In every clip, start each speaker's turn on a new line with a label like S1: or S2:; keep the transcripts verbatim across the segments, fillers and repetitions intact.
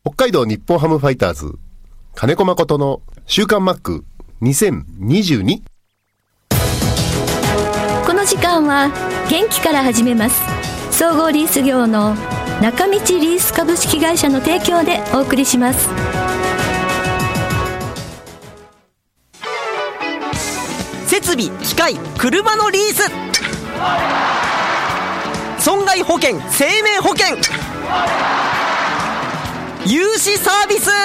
S1: 北海道日本ハムファイターズ金子誠の週刊マックにせんにじゅうに。
S2: この時間は元気から始めます。総合リース業の中道リース株式会社の提供でお送りします。
S3: 設備機械車のリース、損害保険生命保険、融資サービス、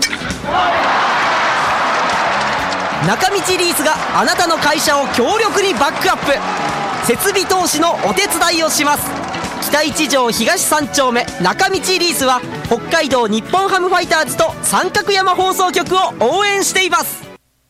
S3: 中道リースがあなたの会社を強力にバックアップ、設備投資のお手伝いをします。北一条東三丁目中道リースは北海道日本ハムファイターズと三角山放送局を応援しています。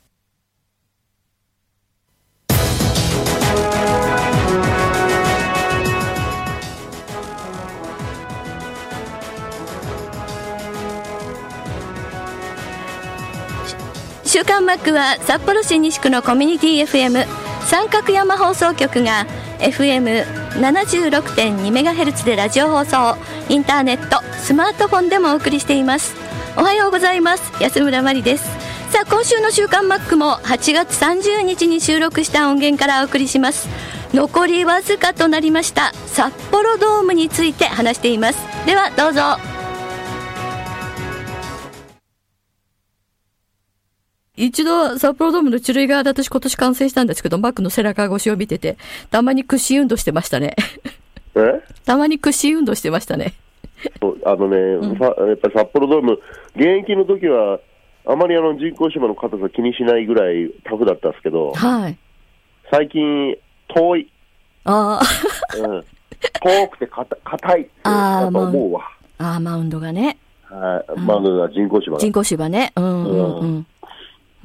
S2: 週刊マックは札幌市西区のコミュニティ エフエム 三角山放送局が エフエムななじゅうろくてんにメガヘルツ でラジオ放送、インターネット、スマートフォンでもお送りしています。おはようございます。安村麻里です。さあ、今週の週刊マックもはちがつさんじゅうにちに収録した音源からお送りします。残りわずかとなりました札幌ドームについて話しています。ではどうぞ。一度札幌ドームの一塁側で私今年観戦したんですけど、マックの背中越しを見てて、たまに屈伸運動してましたね。
S4: え
S2: たまに屈伸運動してましたね。
S4: そうあのね、うん、やっぱり札幌ドーム、現役の時はあまりあの人工芝の硬さ気にしないぐらいタフだったんですけど、
S2: はい、
S4: 最近遠い、
S2: あ、
S4: うん、遠くて硬いって思うわ。
S2: ああ、マウンドがね、
S4: はい、マウンドが人工芝、
S2: 人工芝ね、うんうんうん、うんうん、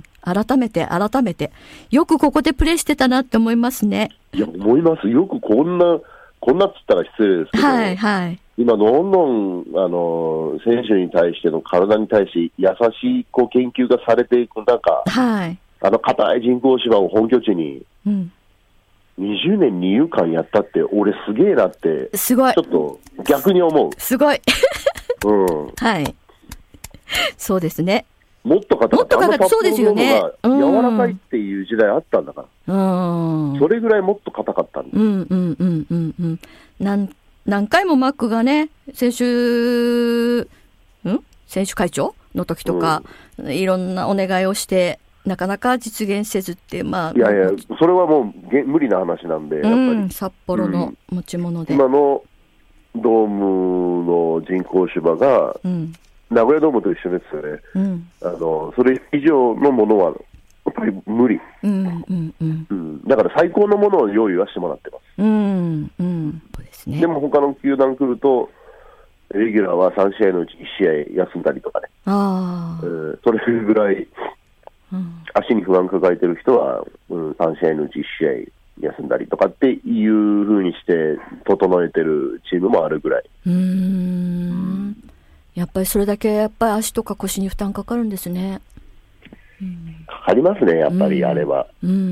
S2: 改めて改めてよくここでプレーしてたなって思いますね。
S4: いや、思います。よくこんなこんなっつったら失礼ですけど、
S2: はいはい、
S4: 今どんどんあの選手に対しての体に対して優しいこう研究がされていく中、
S2: はい、
S4: あの硬い人工芝を本拠地に、うん、にじゅうねん二遊間やったって俺すげえなって
S2: すごい、
S4: ちょっと逆に思う。
S2: すごい、うん、はい、そうですね。
S4: もっと硬かった。
S2: もっと硬かった。そうですよね。
S4: 柔らかいっていう時代あったんだから。
S2: うん。
S4: それぐらいもっと硬かったんだ。
S2: うんうんうんうんうん。何何回もマックがね、選手ん選手会長の時とか、うん、いろんなお願いをしてなかなか実現せずって、まあ、
S4: いやいや、それはもうげ無理な話なんで、やっぱり、うん、
S2: 札幌の持ち物で、
S4: うん、今のドームの人工芝が、うん、名古屋ドームと一緒ですよね、うん、あのそれ以上のものはやっぱり無理、うんうんうんうん、だから最高のものを用意はしてもらってます、うんうんそうですね、でも他の球団来るとレギュラーはさんしあいのうちいちしあい休んだりとかね、あ、えー、それぐらい、うん、足に不安抱えてる人は、うん、さんしあいのうちいちしあい休んだりとかっていう風にして整えてるチームもあるぐらい。うーん、
S2: やっぱりそれだけやっぱり足とか腰に負担かかるんですね。
S4: うん、かかりますね、やっぱりあれは。うんうん、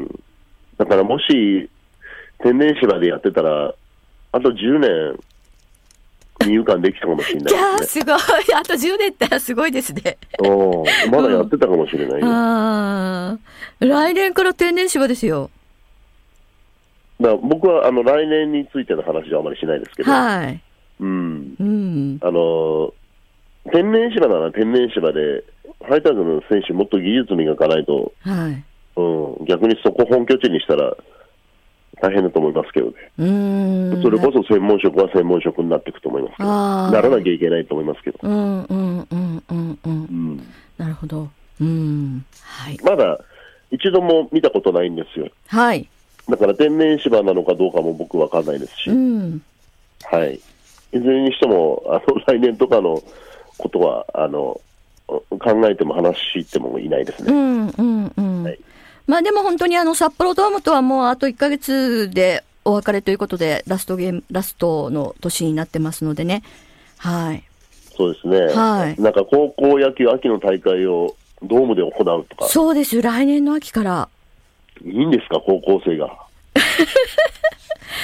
S4: だからもし天然芝でやってたらあとじゅうねん二遊間できたかもしれないですね。
S2: いやすごい、あとじゅうねんってすごいですね。
S4: おまだやってたかもしれない、ね、うん、
S2: あ来年から天然芝ですよ。
S4: だから僕はあの来年についての話はあまりしないですけど、はい、うんうん、あの天然芝なら天然芝でファイターズの選手もっと技術磨かないと、はいうん、逆にそこ本拠地にしたら大変だと思いますけどね。うーん、それこそ専門職は専門職になっていくと思いますけど、ならなきゃいけないと思いますけど、うんうんうんうんうん、うん、
S2: なるほど、うん、はい、
S4: まだ一度も見たことないんですよ。はい、だから天然芝なのかどうかも僕分かんないですし、うん、はい、いずれにしてもあの来年とかのことはあの考えても話してもいないですね。うんうんうん、はい、
S2: まあでも本当にあの札幌ドームとはもうあといっかげつでお別れということでラストゲームラストの年になってますのでね。はい。
S4: そうですね。はい。なんか高校野球秋の大会をドームで行うとか。
S2: そうですよ、来年の秋から。
S4: いいんですか、高校生が。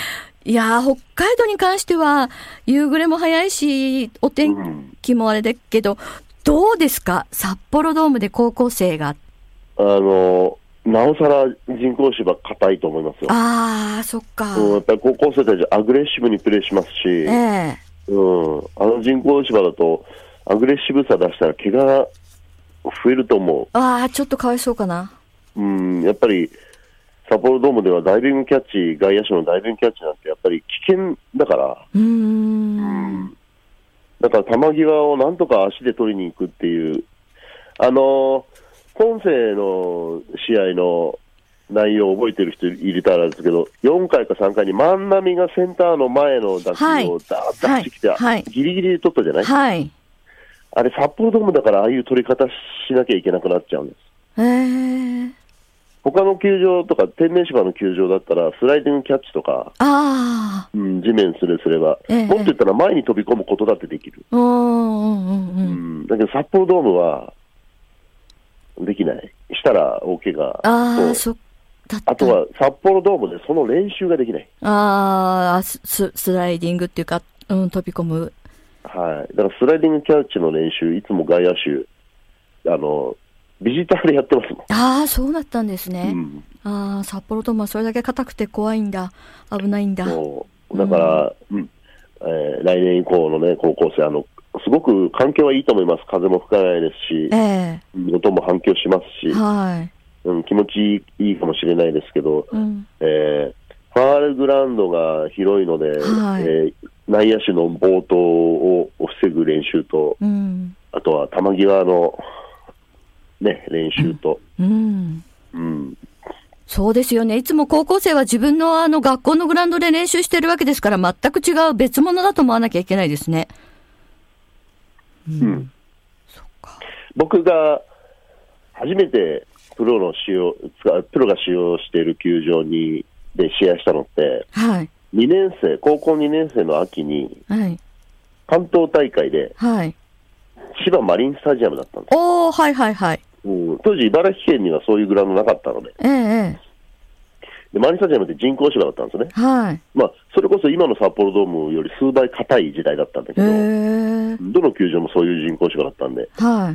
S2: いやー、北海道に関しては夕暮れも早いしお天気もあれだけど、うん、どうですか札幌ドームで高校生が。
S4: あのなおさら人工芝硬いと思いますよ。
S2: ああ、そっか、
S4: うん、やっぱり高校生たちアグレッシブにプレーしますし、
S2: えー
S4: うん、あの人工芝だとアグレッシブさ出したら怪我が増えると思う。
S2: ああ、ちょっとかわいそうかな。
S4: うん、やっぱり札幌ドームではダイビングキャッチ、外野手のダイビングキャッチなんてやっぱり危険だから、
S2: うーん、
S4: だから球際をなんとか足で取りに行くっていう、あの今世の試合の内容を覚えてる人いるたらですけど、よんかいかさんかいに万波がセンターの前の打球をダーッと出してきて、はいはい、ギリギリで取ったじゃない、
S2: はい、
S4: あれ札幌ドームだからああいう取り方しなきゃいけなくなっちゃうんです。
S2: へー。
S4: 他の球場とか天然芝の球場だったらスライディングキャッチとか、
S2: あ、
S4: うん、地面すれすれば、ええ、もっと言ったら前に飛び込むことだってできる。
S2: うんうんうんうん、
S4: だけど札幌ドームはできない。したら大怪我。
S2: ああ、そだった。
S4: あとは札幌ドームでその練習ができない。
S2: ああ、ス、スライディングっていうか、うん、飛び込む。
S4: はい。だからスライディングキャッチの練習、いつも外野手、あの、ビジターでやってますもん。
S2: ああ、そうだったんですね。
S4: うん、
S2: ああ、札幌ドームはそれだけ硬くて怖いんだ。危ないんだ。
S4: そうだから、うん、えー、来年以降のね、高校生、あの、すごく環境はいいと思います。風も吹かないですし、
S2: え
S4: ー、音も反響しますし、
S2: はい、
S4: うん、気持ちいいかもしれないですけど、
S2: うん、
S4: えー、ファールグラウンドが広いので、
S2: はい、
S4: えー、内野手の暴投を防ぐ練習と、
S2: うん、
S4: あとは球際の、ね、練習と、
S2: うん
S4: うん、
S2: そうですよね。いつも高校生は自分のあの学校のグラウンドで練習してるわけですから、全く違う別物だと思わなきゃいけないですね。うん。うん、そっか。
S4: 僕が初めてプロの使用、プロが使用している球場にで試合したのって、
S2: はい。
S4: にねん生、高校にねん生の秋に、
S2: はい。
S4: 関東大会で、
S2: はい。
S4: 千葉マリンスタジアムだったんです。
S2: おー、はいはいはい。
S4: うん、当時茨城県にはそういうグラウンドなかったので、
S2: ええ
S4: でマリンスタジアムって人工芝だったんですね。
S2: はい。
S4: まあ、それこそ今の札幌ドームより数倍硬い時代だったんだけど、どの球場もそういう人工芝だったんで、
S2: はい。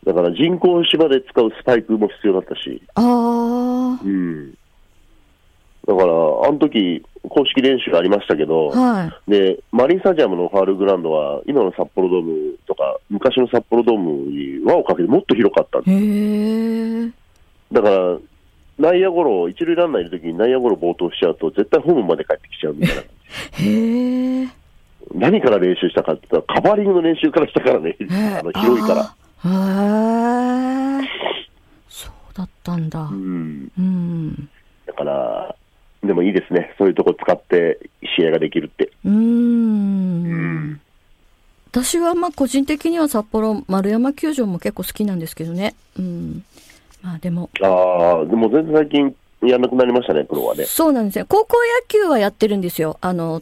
S4: だから人工芝で使うスパイクも必要だったし、
S2: ああ。
S4: うん。だから、あの時、公式練習ありましたけど、
S2: はい。
S4: で、マリンスタジアムのファールグラウンドは、今の札幌ドームとか、昔の札幌ドームに輪をかけてもっと広かったんです。
S2: へー。
S4: だから、内野ゴロ、一塁ランナーいるときに内野ゴロ暴投しちゃうと、絶対ホームまで帰ってきちゃうみたいな。
S2: へー。
S4: 何から練習したかって言ったら、カバーリングの練習からしたからね、あの広いから。
S2: へー。そうだったんだ。
S4: うん。
S2: うん。
S4: だから、でもいいですね。そういうとこ使って試合ができるって。
S2: うーん。うん、私はまあ個人的には札幌丸山球場も結構好きなんですけどね。うん。まあでも。
S4: ああ、でも全然最近やらなくなりましたね、プロはね。
S2: そうなんですね。高校野球はやってるんですよ。あの、
S4: はい、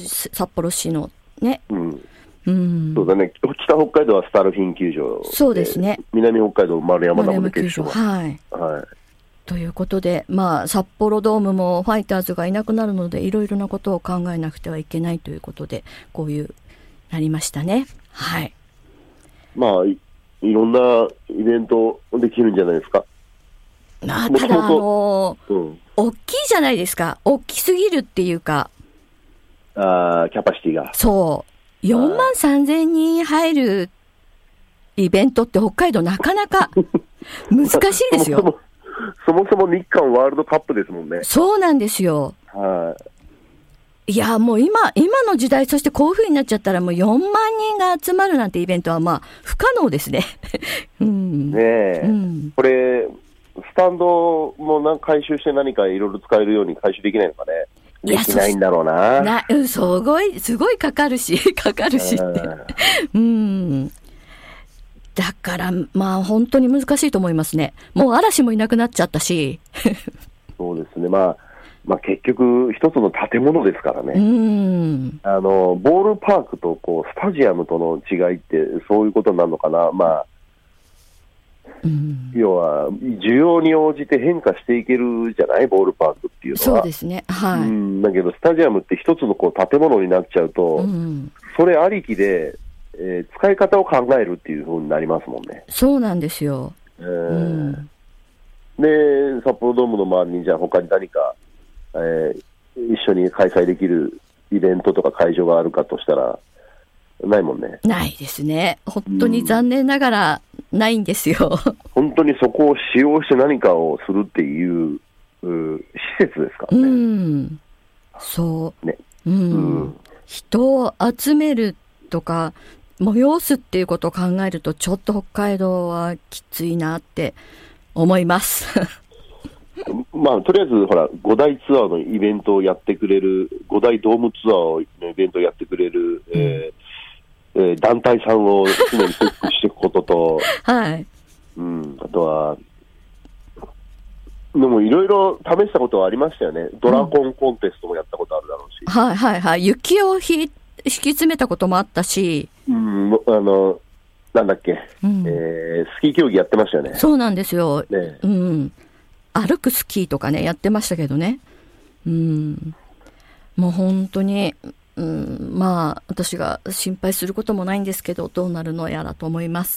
S2: 札幌市のね。
S4: うん。
S2: うん、
S4: そうだね。北北海道はスタルフィン球場。
S2: そうですね。
S4: 南北海道丸山なので
S2: 球場。はい。
S4: はい。
S2: ということで、まあ、札幌ドームもファイターズがいなくなるので、いろいろなことを考えなくてはいけないということで、こういう、なりましたね。はい。
S4: まあ、い, いろんなイベントできるんじゃないですか。
S2: まあ、ただ、あのー、うん、大きいじゃないですか。大きすぎるっていうか。
S4: ああ、キャパシティが。
S2: そう。よんまんさんぜんにん入るイベントって北海道なかなか難しいですよ。
S4: そもそも日韓ワールドカップですもんね。
S2: そうなんですよ。
S4: はい。
S2: いや、もう今、今の時代、そしてこういう風になっちゃったら、もうよんまんにんが集まるなんてイベントは、まあ、不可能ですね。うん、
S4: ねえ、うん。これ、スタンドもなんか回収して何かいろいろ使えるように回収できないのかね。できないんだろうな。
S2: な、うん、すごい、すごいかかるし、かかるしって。うん。だから、まあ、本当に難しいと思いますね。もう嵐もいなくなっちゃったし。
S4: そうですね。まあ、まあ、結局、一つの建物ですからね。
S2: うん。
S4: あの、ボールパークと、こう、スタジアムとの違いって、そういうことになるのかな。まあ、
S2: うん、
S4: 要は需要に応じて変化していけるじゃない、ボールパークっていうのは。
S2: そうですね、はい、
S4: うん、だけどスタジアムって一つのこう建物になっちゃうと、うん、それありきで、えー、使い方を考えるっていう風になりますもんね。
S2: そうなんですよ、
S4: えーうん、で札幌ドームの周りにじゃあ他に何か、えー、一緒に開催できるイベントとか会場があるかとしたらないもんね。
S2: ないですね、本当に残念ながらないんですよ、うん、
S4: 本当にそこを使用して何かをするっていう、う施設ですからね。うん、
S2: そう、
S4: ね、
S2: うんうん、人を集めるとか催すっていうことを考えるとちょっと北海道はきついなって思います
S4: まあ、とりあえずほらご大ツアーのイベントをやってくれる、ご大ドームツアーのイベントをやってくれる、うん、えーえー、団体さんを常にチェックしていくことと、
S2: はい、
S4: うん、あとはでもいろいろ試したことはありましたよね。ドラゴンコンテストもやったことあるだろうし、
S2: うん、はいはいはい、雪をひ引き詰めたこともあったし、
S4: うん、あのなんだっけ、うん、えー、スキー競技やってましたよね。
S2: そうなんですよ、
S4: ね、
S2: うん、歩くスキーとかねやってましたけどね、うん、もう本当に、うん、まあ私が心配することもないんですけど、どうなるのやらと思います。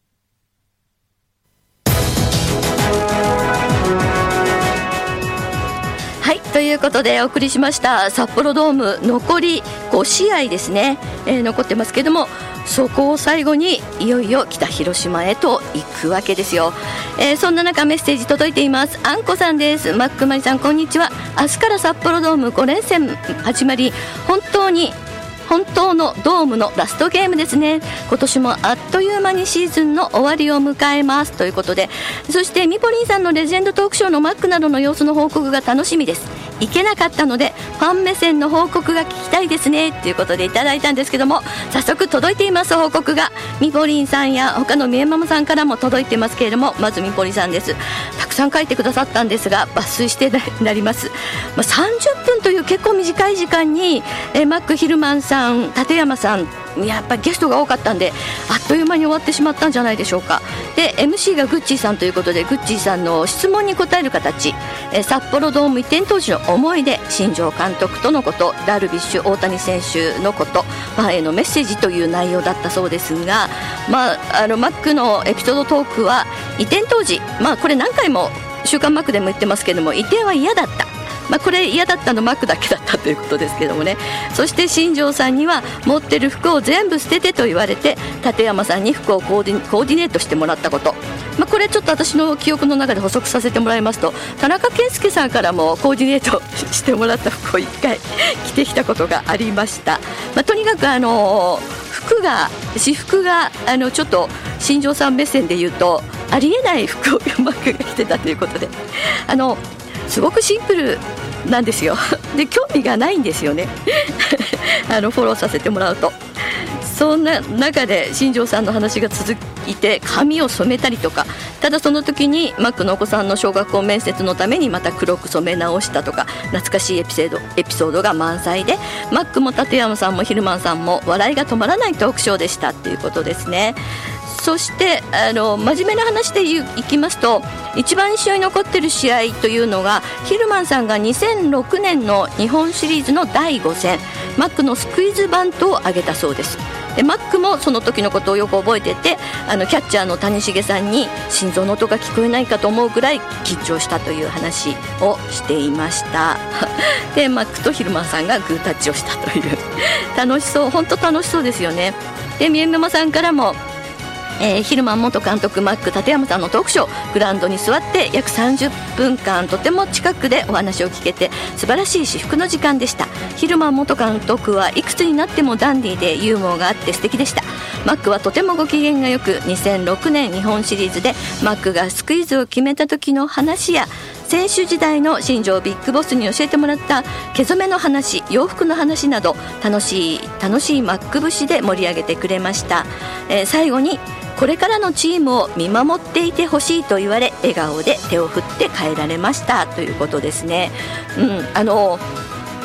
S2: はい、ということでお送りしました札幌ドーム残りご試合ですね、えー、残ってますけども、そこを最後にいよいよ北広島へと行くわけですよ、えー、そんな中メッセージ届いています。あんこさんです。マックマリさんこんにちは。明日から札幌ドームご連戦始まり、本当に本当のドームのラストゲームですね。今年もあっという間にシーズンの終わりを迎えますということで、そしてミポリンさんのレジェンドトークショーのマックなどの様子の報告が楽しみです。行けなかったのでファン目線の報告が聞きたいですねということでいただいたんですけども、早速届いています。報告がミポリンさんや他のみえママさんからも届いてますけれども、まずミポリンさんです。たくさん書いてくださったんですが抜粋してなります、まあ、さんじゅっぷんという結構短い時間にえマックヒルマンさん、立山さん、やっぱりゲストが多かったんであっという間に終わってしまったんじゃないでしょうか。で エムシー がグッチーさんということで、グッチーさんの質問に答える形、え札幌ドーム移転当時の思い出、新庄監督とのこと、ダルビッシュ大谷選手のこと、ファンへのメッセージという内容だったそうですが、まあ、あのマックのエピソードトークは移転当時、まあ、これ何回も週刊マックでも言ってますけども、移転は嫌だった、まあ、これ嫌だったのマックだけだったということですけどもね。そして新庄さんには持ってる服を全部捨ててと言われて、立山さんに服をコーディ、コーディネートしてもらったこと、まあ、これちょっと私の記憶の中で補足させてもらいますと、田中圭介さんからもコーディネートしてもらった服をいっかい着てきたことがありました。まあ、とにかくあの服が私服があのちょっと新庄さん目線で言うとありえない服をマックが着てたということで、あのすごくシンプルなんですよ。で興味がないんですよねあのフォローさせてもらうと。そんな中で新庄さんの話が続いて、髪を染めたりとか、ただその時にマックのお子さんの小学校面接のためにまた黒く染め直したとか、懐かしいエピソード、エピソードが満載で、マックも立山さんもヒルマンさんも笑いが止まらないトークショーでしたということですね。そしてあの真面目な話でいきますと、一番印象に残っている試合というのが、ヒルマンさんがにせんろくねんの日本シリーズのだいご戦、マックのスクイズバントを挙げたそうです。でマックもその時のことをよく覚えてて、あのキャッチャーの谷繁さんに心臓の音が聞こえないかと思うくらい緊張したという話をしていましたでマックとヒルマンさんがグータッチをしたという楽しそう、本当楽しそうですよね。でみえママさんからも、えー、ヒルマン元監督、マック立山さんのトークショー、グラウンドに座って約さんじゅっぷんかんとても近くでお話を聞けて素晴らしい至福の時間でした。ヒルマン元監督はいくつになってもダンディーでユーモアがあって素敵でした。マックはとてもご機嫌がよく、にせんろくねん日本シリーズでマックがスクイズを決めた時の話や、選手時代の新庄ビッグボスに教えてもらった毛染めの話、洋服の話など楽しい楽しいマック節で盛り上げてくれました。えー、最後にこれからのチームを見守っていてほしいと言われ、笑顔で手を振って帰られましたということですね。うん、あの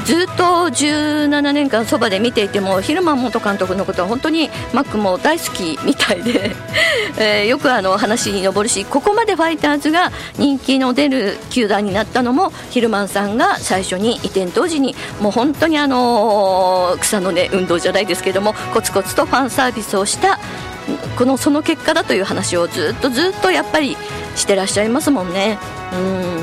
S2: ずっとじゅうななねんかんそばで見ていてもヒルマン元監督のことは本当にマックも大好きみたいで、えー、よくあの話に上るし、ここまでファイターズが人気の出る球団になったのもヒルマンさんが最初に移転当時にもう本当にあの草の根運動じゃないですけどもコツコツとファンサービスをしたこのその結果だという話をずっとずっとやっぱりしてらっしゃいますもんね。うん、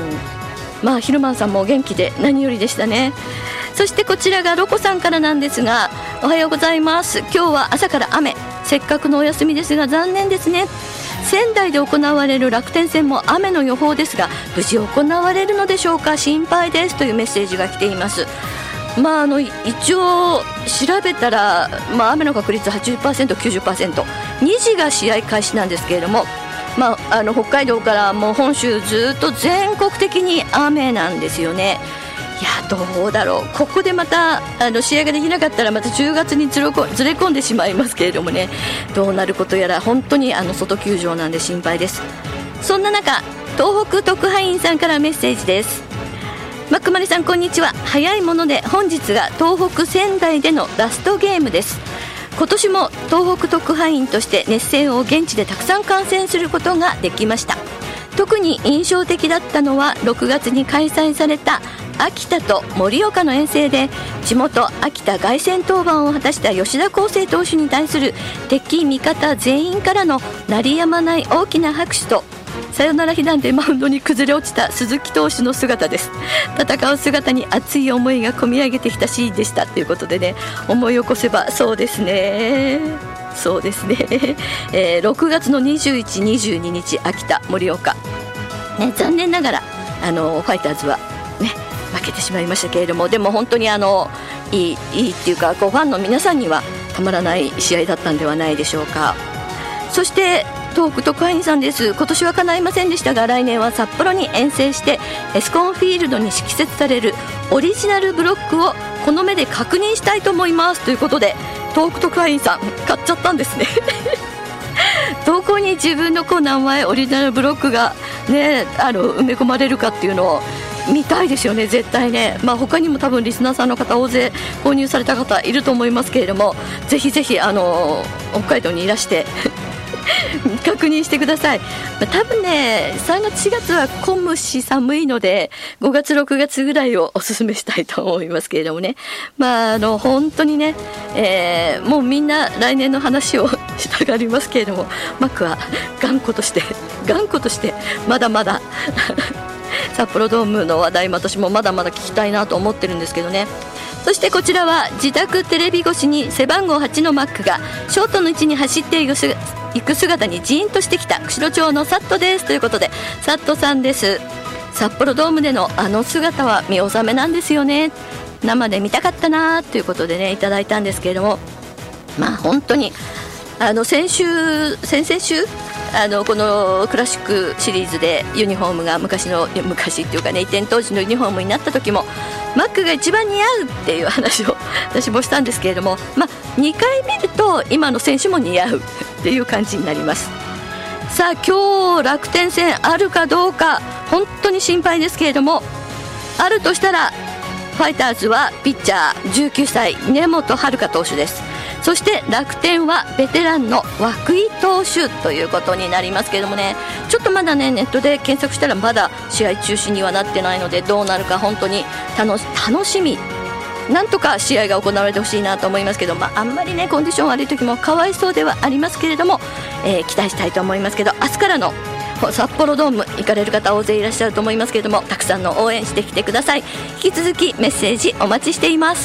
S2: まあヒルマンさんも元気で何よりでしたね。そしてこちらがロコさんからなんですが、おはようございます。今日は朝から雨、せっかくのお休みですが残念ですね。仙台で行われる楽天戦も雨の予報ですが無事行われるのでしょうか、心配ですというメッセージが来ています。まあ、あの一応調べたら、まあ、雨の確率 はちじゅっパーセント、きゅうじゅっパーセント、にじが試合開始なんですけれども、まあ、あの北海道からもう本州ずっと全国的に雨なんですよね。いやどうだろう、ここでまたあの試合ができなかったらまたじゅうがつにずれ込んでしまいますけれどもね、どうなることやら本当にあの外球場なんで心配です。そんな中、東北特派員さんからメッセージです。マックマリさんこんにちは。早いもので本日が東北仙台でのラストゲームです。今年も東北特派員として熱戦を現地でたくさん観戦することができました。特に印象的だったのはろくがつに開催された秋田と盛岡の遠征で地元秋田凱旋登板を果たした吉田輝星投手に対する敵味方全員からの鳴りやまない大きな拍手とサヨナラ被弾でマウンドに崩れ落ちた鈴木投手の姿です。戦う姿に熱い思いが込み上げてきたシーンでしたということでね、思い起こせばそうですねそうですね、えー、ろくがつのにじゅういち、にじゅうににち秋田盛岡、ね、残念ながらあのファイターズはね負けてしまいましたけれども、でも本当にあのいい、いいっていうかこうファンの皆さんにはたまらない試合だったんではないでしょうか。そして東北特派員さんです。今年は叶いませんでしたが来年は札幌に遠征してエスコンフィールドに敷設されるオリジナルブロックをこの目で確認したいと思いますということで、東北特派員さん買っちゃったんですねどこに自分のこう名前オリジナルブロックが、ね、あの埋め込まれるかっていうのを見たいですよね絶対ね。まあ、他にも多分リスナーさんの方大勢購入された方いると思いますけれども、ぜひぜひあの北海道にいらして確認してください。多分ねさんがつしがつは混むし寒いのでごがつろくがつぐらいをおすすめしたいと思いますけれどもね、まああの本当にね、えー、もうみんな来年の話をしたがりますけれども、マックは頑固として頑固としてまだまだ札幌ドームの話題も私もまだまだ聞きたいなと思ってるんですけどね。そしてこちらは自宅テレビ越しに背番号はちのマックがショートの位置に走っていく姿にジーンとしてきた釧路町のサットですということで、サットさんです。札幌ドームでのあの姿は見納めなんですよね、生で見たかったなということでねいただいたんですけれども、まあ本当にあの先週先々週あのこのクラシックシリーズでユニフォームが昔の昔っていうかね移転当時のユニフォームになった時もマックが一番似合うっていう話を私もしたんですけれども、まあ、にかい見ると今の選手も似合うっていう感じになります。さあ今日楽天戦あるかどうか本当に心配ですけれども、あるとしたらファイターズはピッチャーじゅうきゅうさい根本遥投手です。そして楽天はベテランの涌井投手ということになりますけれどもね、ちょっとまだねネットで検索したらまだ試合中止にはなってないのでどうなるか本当に楽し、楽しみ、なんとか試合が行われてほしいなと思いますけど、まあ、あんまりねコンディション悪い時もかわいそうではありますけれども、えー、期待したいと思いますけど、明日からの札幌ドーム行かれる方大勢いらっしゃると思いますけれども、たくさんの応援してきてください。引き続きメッセージお待ちしています。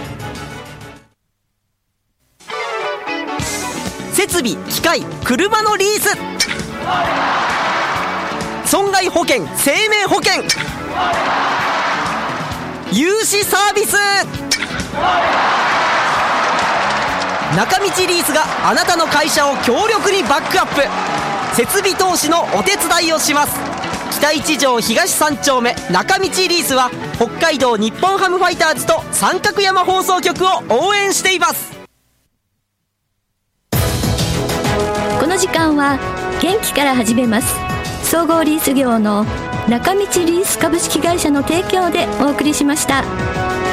S3: 設備機械車のリース、損害保険生命保険、融資サービス、中道リースがあなたの会社を強力にバックアップ、設備投資のお手伝いをします。北一条東三丁目中道リースは北海道日本ハムファイターズと三角山放送局を応援しています。
S2: この時間は元気から始めます。総合リース業の中道リース株式会社の提供でお送りしました。